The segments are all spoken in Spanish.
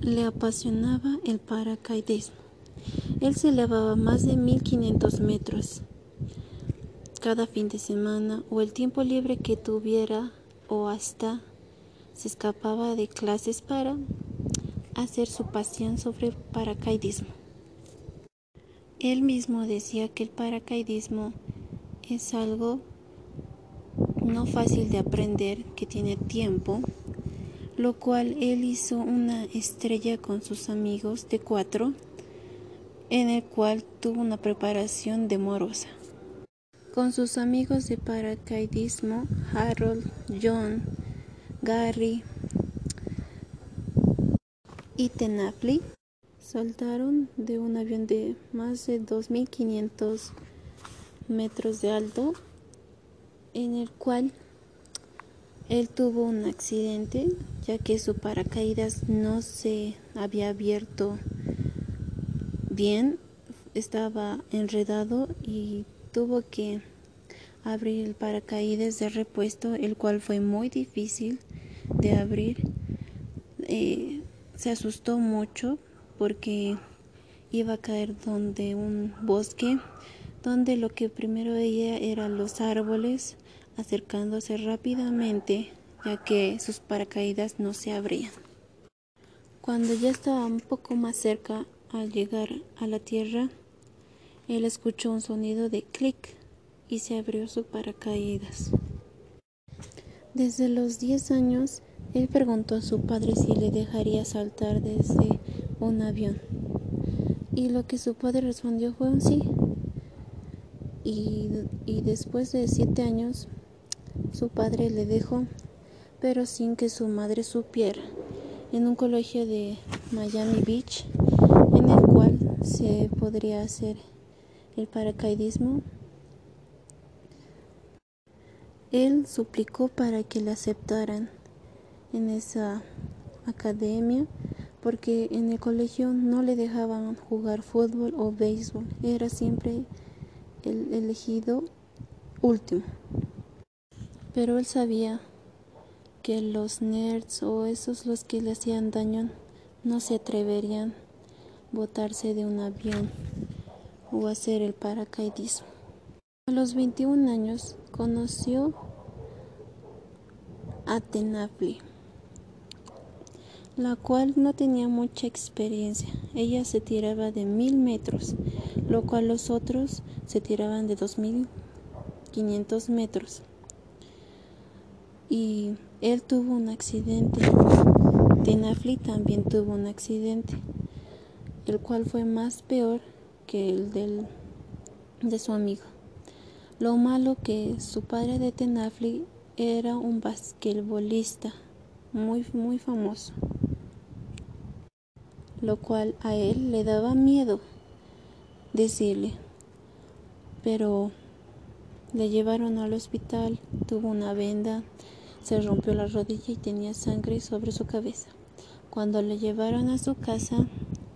le apasionaba el paracaidismo. Él se elevaba más de 1500 metros cada fin de semana o el tiempo libre que tuviera, o hasta se escapaba de clases para hacer su pasión sobre el paracaidismo. Él mismo decía que el paracaidismo es algo no fácil de aprender, que tiene tiempo, lo cual él hizo una estrella con sus amigos de 4, en el cual tuvo una preparación demorosa. Con sus amigos de paracaidismo, Harold, John, Gary y Tenafly, saltaron de un avión de más de 2500 metros de alto, en el cual él tuvo un accidente, ya que su paracaídas no se había abierto bien, estaba enredado y tuvo que abrir el paracaídas de repuesto, el cual fue muy difícil de abrir. Se asustó mucho porque iba a caer donde un bosque, donde lo que primero veía eran los árboles acercándose rápidamente, ya que sus paracaídas no se abrían. Cuando ya estaba un poco más cerca al llegar a la tierra, él escuchó un sonido de clic y se abrió su paracaídas. Desde los 10 años, él preguntó a su padre si le dejaría saltar desde un avión, y lo que su padre respondió fue un sí. Y después de 7 años, su padre le dejó, pero sin que su madre supiera, en un colegio de Miami Beach, en el cual se podría hacer el paracaidismo. Él suplicó para que le aceptaran en esa academia, porque en el colegio no le dejaban jugar fútbol o béisbol, era siempre el elegido último. Pero él sabía que los nerds o esos los que le hacían daño no se atreverían a botarse de un avión o hacer el paracaidismo. A los 21 años conoció a Tenafly, la cual no tenía mucha experiencia. Ella se tiraba de 1000 metros, lo cual los otros se tiraban de 2500 metros. Y él tuvo un accidente. Tenafly también tuvo un accidente, el cual fue más peor que el de su amigo. Lo malo que su padre de Tenafly era un basquetbolista muy famoso, lo cual a él le daba miedo decirle, pero le llevaron al hospital, tuvo una venda, se rompió la rodilla y tenía sangre sobre su cabeza. Cuando le llevaron a su casa,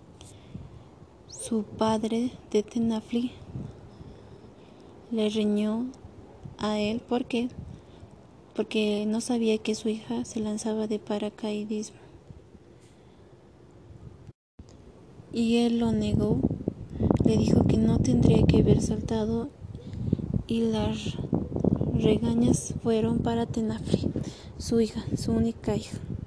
su padre de Tenafly le riñó a él porque no sabía que su hija se lanzaba de paracaidismo. Y él lo negó, le dijo que no tendría que haber saltado, y las regañas fueron para Tenafly, su hija, su única hija.